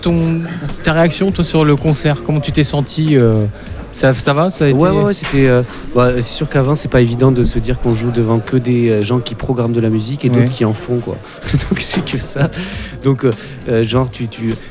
Ta réaction, toi, sur le concert, comment tu t'es senti ça va, ça a été... Ouais, c'était. C'est sûr qu'avant, c'est pas évident de se dire qu'on joue devant que des gens qui programment de la musique et d'autres qui en font, quoi. Donc c'est que ça. Donc, genre, tu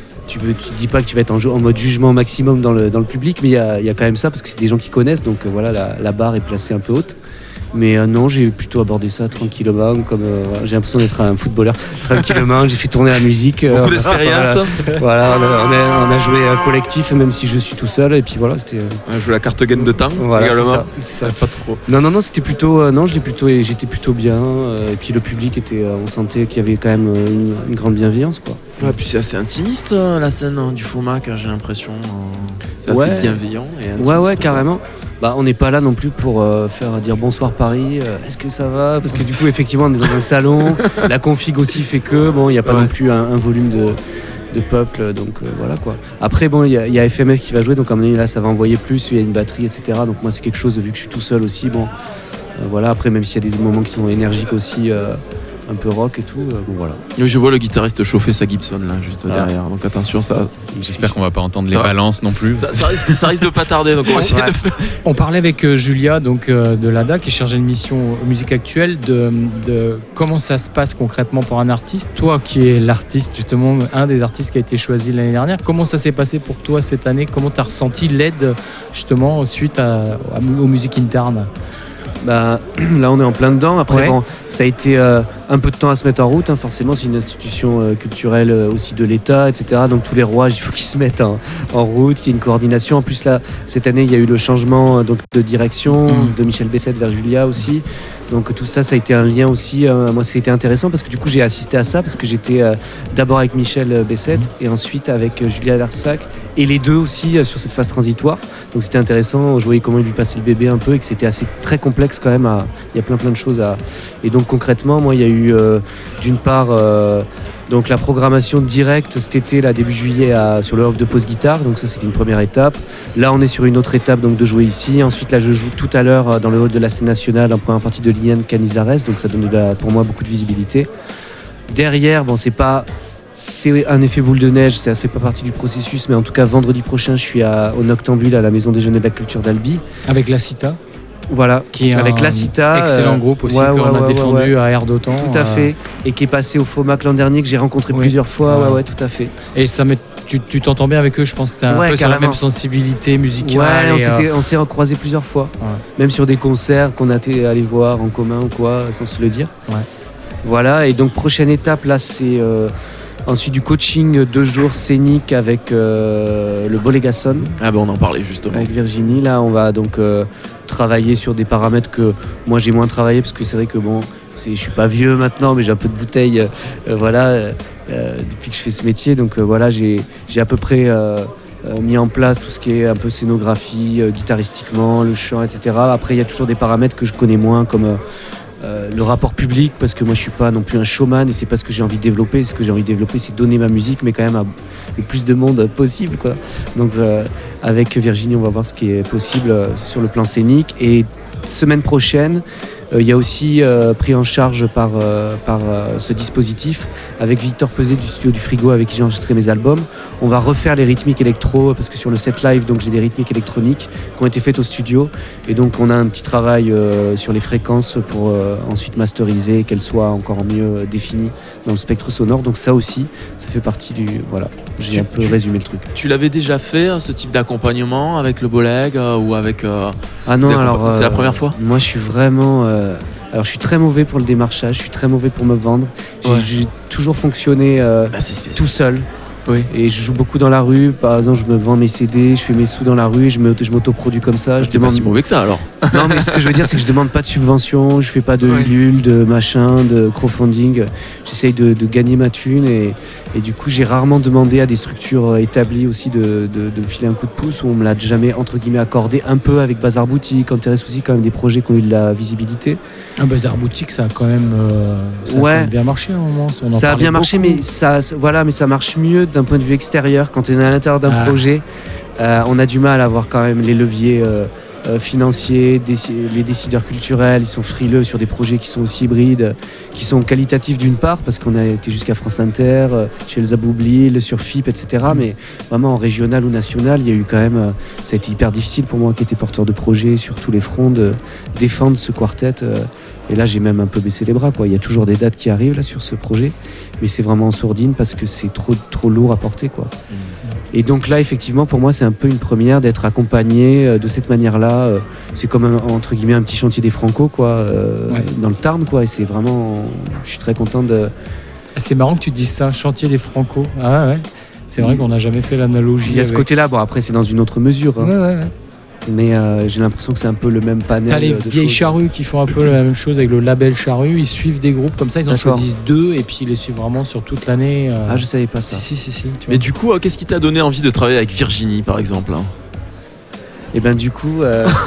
te dis pas que tu vas être en mode jugement maximum dans le public, mais il y a quand même ça parce que c'est des gens qui connaissent, donc voilà, la barre est placée un peu haute. Mais non, j'ai plutôt abordé ça tranquillement, comme j'ai l'impression d'être un footballeur. Tranquillement, j'ai fait tourner la musique. Beaucoup d'expérience. Voilà, on a joué un collectif, même si je suis tout seul. Et puis voilà, c'était. On a joué la carte gain de temps également. C'est ça. Pas trop. Non, c'était plutôt. J'étais plutôt bien. Et puis le public était. On sentait qu'il y avait quand même une grande bienveillance, quoi. Ouais, puis c'est assez intimiste la scène du FOMAC, j'ai l'impression. C'est assez bienveillant et intimiste. Ouais, carrément. On n'est pas là non plus pour faire dire bonsoir Paris, est-ce que ça va? Parce que du coup, effectivement, on est dans un salon. La config aussi fait que, il n'y a pas non plus un volume de peuple, donc voilà quoi. Après, il y a FMF qui va jouer, donc à un moment donné, là, ça va envoyer plus, il y a une batterie, etc. Donc moi, c'est quelque chose, vu que je suis tout seul aussi, voilà. Après, même s'il y a des moments qui sont énergiques aussi, un peu rock et tout, voilà. Je vois le guitariste chauffer sa Gibson là juste derrière, donc attention ça. J'espère qu'on va pas entendre les balances non plus. Ça risque de pas tarder, donc on va essayer de faire. On parlait avec Julia donc de l'ADA qui est chargée de mission aux musiques actuelles de comment ça se passe concrètement pour un artiste. Toi qui es l'artiste justement, un des artistes qui a été choisi l'année dernière, comment ça s'est passé pour toi cette année? Comment tu as ressenti l'aide justement suite aux musiques internes? Là on est en plein dedans. Après ça a été un peu de temps à se mettre en route, hein. Forcément c'est une institution culturelle aussi de l'État, etc. Donc tous les rouages il faut qu'ils se mettent en route, qu'il y ait une coordination. En plus là cette année il y a eu le changement donc, de direction de Michel Bessette vers Julia aussi. Donc tout ça a été un lien aussi. Moi, ça a été intéressant parce que du coup, j'ai assisté à ça parce que j'étais d'abord avec Michel Bessette et ensuite avec Julia Larsac et les deux aussi sur cette phase transitoire. Donc c'était intéressant. Je voyais comment il lui passait le bébé un peu et que c'était très complexe quand même. Il y a plein de choses à. Et donc concrètement, moi, il y a eu d'une part. Donc la programmation directe cet été, là, début juillet, sur le off de pause guitare. Donc ça, c'était une première étape. Là, on est sur une autre étape donc de jouer ici. Ensuite, là, je joue tout à l'heure dans le hall de la scène nationale en première partie de Liliane Canizares. Donc ça donne pour moi beaucoup de visibilité. Derrière, c'est un effet boule de neige, ça ne fait pas partie du processus. Mais en tout cas, vendredi prochain, je suis au Noctambule à la Maison des Jeunes et de la Culture d'Albi. Avec la Cita. Voilà, qui est avec la Cita, excellent groupe aussi qu'on a défendu à Air d'Otan. Tout à fait, et qui est passé au FOMAC l'an dernier, que j'ai rencontré plusieurs fois. Ouais, tout à fait. Et tu t'entends bien avec eux, je pense que t'as un peu sur la même sensibilité musicale. Ouais, on s'est recroisés plusieurs fois, même sur des concerts qu'on a été allés voir en commun ou quoi, sans se le dire. Ouais. Voilà, et donc prochaine étape, là, c'est ensuite du coaching 2 jours scénique avec le Bolégason. Ah on en parlait justement. Avec Virginie, là, on va donc travailler sur des paramètres que moi j'ai moins travaillé parce que c'est vrai que je suis pas vieux maintenant mais j'ai un peu de bouteille depuis que je fais ce métier, donc j'ai à peu près mis en place tout ce qui est un peu scénographie, guitaristiquement, le chant, etc. Après il y a toujours des paramètres que je connais moins comme le rapport public, parce que moi je suis pas non plus un showman et c'est pas ce que j'ai envie de développer. Ce que j'ai envie de développer, c'est donner ma musique, mais quand même à le plus de monde possible, quoi. Donc avec Virginie, on va voir ce qui est possible sur le plan scénique. Et semaine prochaine, il y a aussi pris en charge par ce dispositif avec Victor Peset du studio du Frigo, avec qui j'ai enregistré mes albums. On va refaire les rythmiques électro, parce que sur le set live, donc j'ai des rythmiques électroniques qui ont été faites au studio, et donc on a un petit travail sur les fréquences pour ensuite masteriser, qu'elles soient encore mieux définies dans le spectre sonore. Donc ça aussi, ça fait partie du... Voilà, j'ai un peu résumé le truc. Tu l'avais déjà fait, ce type d'accompagnement avec le Boleg ou avec... Ah non, alors... c'est la première fois? Moi je suis vraiment... Alors je suis très mauvais pour le démarchage, je suis très mauvais pour me vendre. J'ai toujours fonctionné tout seul. Oui. Et je joue beaucoup dans la rue. Par exemple, je me vends mes CD, je fais mes sous dans la rue et je m'autoproduis comme ça. T'es pas si mauvais que ça alors. Non, mais ce que je veux dire, c'est que je demande pas de subvention, je fais pas de Ulule, de machin, de crowdfunding. J'essaye de gagner ma thune et du coup, j'ai rarement demandé à des structures établies aussi de me filer un coup de pouce, où on me l'a jamais entre guillemets accordé. Un peu avec Bazar Boutique, Intéresse aussi quand même des projets qui ont eu de la visibilité. Un Bazar Boutique, ça a quand même, quand même bien marché à un moment. Ça a bien marché, mais ça marche mieux d'un point de vue extérieur. Quand on est à l'intérieur d'un projet, on a du mal à avoir quand même les leviers financiers, les décideurs culturels, ils sont frileux sur des projets qui sont aussi hybrides, qui sont qualitatifs d'une part, parce qu'on a été jusqu'à France Inter, chez le Zaboublil, sur FIP, etc. Mais vraiment en régional ou national, il y a eu quand même... ça a été hyper difficile pour moi qui étais porteur de projet sur tous les fronts de défendre ce quartet. Et là, j'ai même un peu baissé les bras, quoi. Il y a toujours des dates qui arrivent là, sur ce projet, mais c'est vraiment en sourdine parce que c'est trop lourd à porter, quoi. Et donc là, effectivement, pour moi, c'est un peu une première d'être accompagné de cette manière-là. C'est comme, entre guillemets, un petit chantier des Franco, quoi, dans le Tarn, quoi. Et c'est vraiment... Je suis très content de... C'est marrant que tu dises ça, chantier des Franco. Ah ouais. C'est vrai qu'on n'a jamais fait l'analogie. Il y a ce côté-là. Bon, après, c'est dans une autre mesure. Hein. Ouais. Mais j'ai l'impression que c'est un peu le même panel. T'as les vieilles charrues qui font un peu la même chose avec le label Charrue. Ils suivent des groupes comme ça, ils en choisissent 2 et puis ils les suivent vraiment sur toute l'année. Ah, je savais pas ça. Si. Mais du coup, qu'est-ce qui t'a donné envie de travailler avec Virginie, par exemple, hein? Et ben du coup,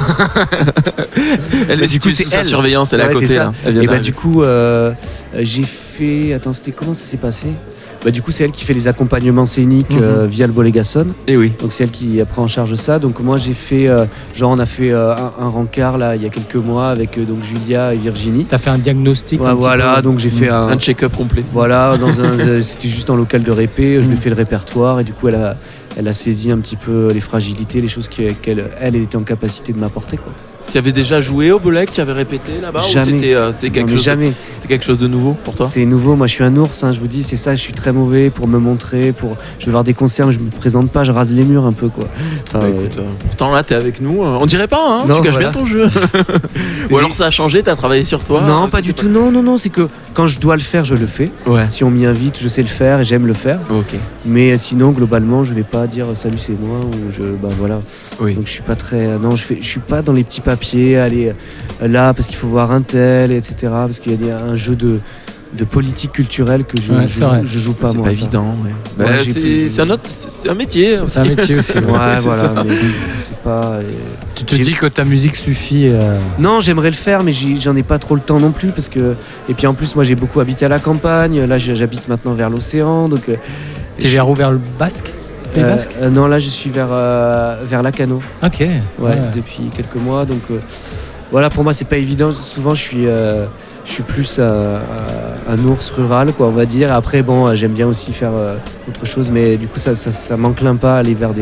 du coup, c'est sa surveillance, elle est à côté. Là. Et ben du coup, j'ai fait. Attends, comment ça s'est passé? Bah, du coup, c'est elle qui fait les accompagnements scéniques via le Bolégason. Et oui. Donc c'est elle qui prend en charge ça. Donc moi j'ai fait, on a fait un rencard là il y a quelques mois avec donc Julia et Virginie. T'as fait un diagnostic. Voilà, donc j'ai fait un check-up complet. Voilà, c'était juste en local de répé. Je lui ai fait le répertoire et du coup elle a saisi un petit peu les fragilités, les choses qu'elle était en capacité de m'apporter, quoi. Tu avais déjà joué au Bolec, tu avais répété là-bas? Jamais. Ou c'était quelque chose de nouveau pour toi? C'est nouveau, moi je suis un ours, hein, je vous dis, c'est ça, je suis très mauvais pour me montrer, je vais voir des concerts mais je me présente pas, je rase les murs un peu, quoi. Enfin, écoute, pourtant là t'es avec nous, on dirait pas, hein, non, tu caches bien ton jeu. Ou alors ça a changé, t'as travaillé sur toi? Non, pas du tout, non, c'est que quand je dois le faire, je le fais. Ouais. Si on m'y invite, je sais le faire et j'aime le faire. Ok. Mais sinon, globalement, je vais pas dire salut, c'est moi, ou voilà. Oui. Donc je suis pas très, je suis pas dans les petits papiers, aller là parce qu'il faut voir un tel, etc. Parce qu'il y a un jeu de politique culturelle que je joue pas, c'est moi. C'est pas évident, ouais. C'est un métier. C'est un métier aussi. Ouais, voilà. Mais c'est pas. Tu te dis que ta musique suffit. Non, j'aimerais le faire, mais j'en ai pas trop le temps non plus parce que. Et puis en plus, moi, j'ai beaucoup habité à la campagne. Là, j'habite maintenant vers l'océan, donc. T'es vers où, vers le Basque? Non, là, je suis vers Lacano. Ok. Ouais, depuis quelques mois, donc. Voilà, pour moi, c'est pas évident. Souvent, je suis plus un ours rural, quoi, on va dire. Après, bon, j'aime bien aussi faire autre chose, mais du coup, ça m'encline pas à aller vers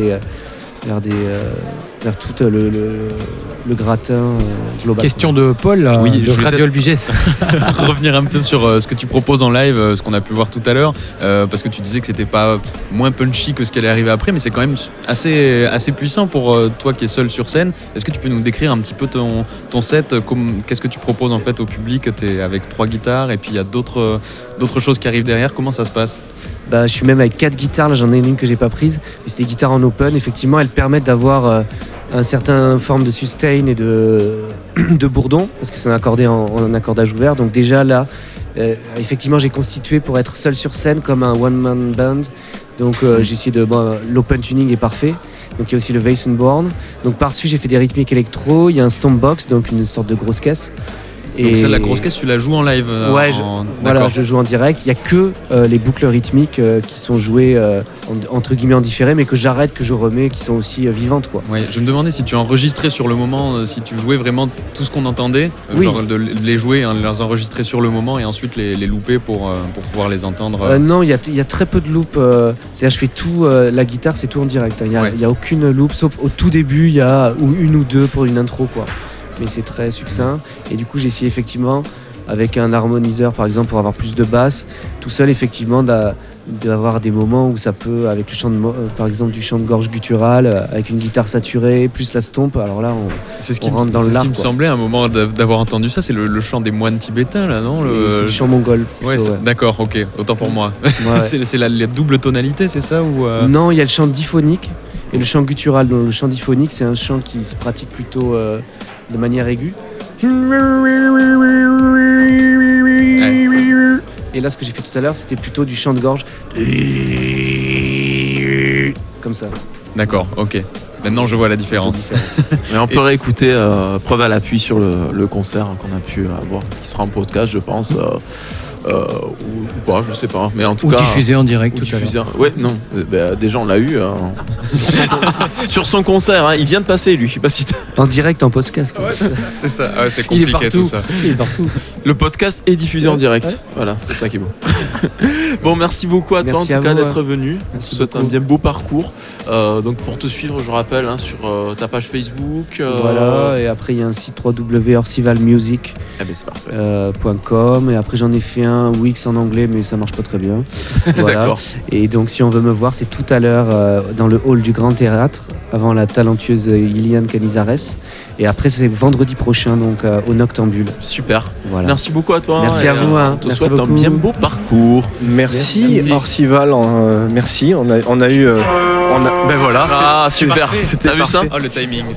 tout le gratin global. Question de Paul, oui, de Radio Albigès. Revenir un peu sur ce que tu proposes en live, ce qu'on a pu voir tout à l'heure, parce que tu disais que c'était pas moins punchy que ce qui allait arriver après, mais c'est quand même assez puissant pour toi qui es seul sur scène. Est-ce que tu peux nous décrire un petit peu ton set? Qu'est-ce que tu proposes en fait au public? T'es avec 3 guitares et puis il y a d'autres choses qui arrivent derrière. Comment ça se passe? Je suis même avec 4 guitares, là j'en ai une que j'ai pas prise, mais c'est des guitares en open. Effectivement, elles permettent d'avoir un certain forme de sustain et de bourdon, parce que c'est un accordage ouvert. Donc déjà là, effectivement, j'ai constitué pour être seul sur scène comme un one-man band. Donc j'ai essayé l'open tuning est parfait. Donc il y a aussi le Weissenborn. Donc par-dessus, j'ai fait des rythmiques électro. Il y a un stompbox, donc une sorte de grosse caisse. Donc ça, la grosse caisse, tu la joues en live? Ouais, je joue en direct. Il n'y a que les boucles rythmiques qui sont jouées entre guillemets en différé, mais que j'arrête, que je remets, qui sont aussi vivantes, quoi. Ouais, je me demandais si tu enregistrais sur le moment, si tu jouais vraiment tout ce qu'on entendait, oui. Genre de les jouer, les enregistrer sur le moment et ensuite les louper pour pouvoir les entendre. Non, il y a très peu de loop. C'est-à-dire, je fais tout, la guitare, c'est tout en direct. Il y a aucune loop, sauf au tout début, il y a une ou deux pour une intro, quoi. Mais c'est très succinct. Et du coup, j'ai essayé effectivement, avec un harmoniseur par exemple, pour avoir plus de basse, tout seul effectivement, d'avoir des moments où ça peut, avec le chant par exemple du chant de gorge guttural, avec une guitare saturée, plus la stompe, alors là, on rentre dans l'art. C'est ce qui me semblait à un moment d'avoir entendu ça, c'est le chant des moines tibétains, là, non? C'est le chant mongol. Plutôt, ouais. D'accord, ok, autant pour moi. Ouais. c'est la double tonalité, c'est ça ou Non, il y a le chant diphonique et le chant guttural. Donc, le chant diphonique, c'est un chant qui se pratique plutôt de manière aiguë. Ouais. Et là, ce que j'ai fait tout à l'heure, c'était plutôt du chant de gorge. Comme ça. D'accord, ok. Maintenant, je vois la différence. Mais on peut réécouter preuve à l'appui sur le concert qu'on a pu avoir, qui sera en podcast, je pense. ou pas, je sais pas. Mais en tout Ou cas. diffusé en direct tout à l'heure. Ouais, non. Déjà, on l'a eu sur son concert. Hein. Il vient de passer, lui. Je sais pas si En direct, en podcast. C'est ça, c'est Il est compliqué partout. tout ça. Il est partout. le podcast est diffusé en direct. Ouais. Voilà, c'est ça qui est beau. Bon, merci beaucoup à toi Merci en à tout cas vous, d'être venu. Je te souhaite un beaucoup. bien beau parcours. Donc pour te suivre, je rappelle sur ta page Facebook. Voilà, et après il y a un site www.orcivalmusic.com Eh ben c'est parfait. et après j'en ai fait un Wix en anglais mais ça marche pas très bien. Voilà. D'accord. Et donc si on veut me voir, c'est tout à l'heure dans le hall du Grand Théâtre avant la talentueuse Iliane Canizares. Et après c'est vendredi prochain donc au Noctambule. Super. Voilà. Merci beaucoup à toi. Merci Et, à vous, hein. On te Merci souhaite beaucoup. un bien beau parcours. Merci Orcival, merci. On a eu. Ben voilà. Ah, c'est super. C'était T'as vu ça parfait. Oh, le timing.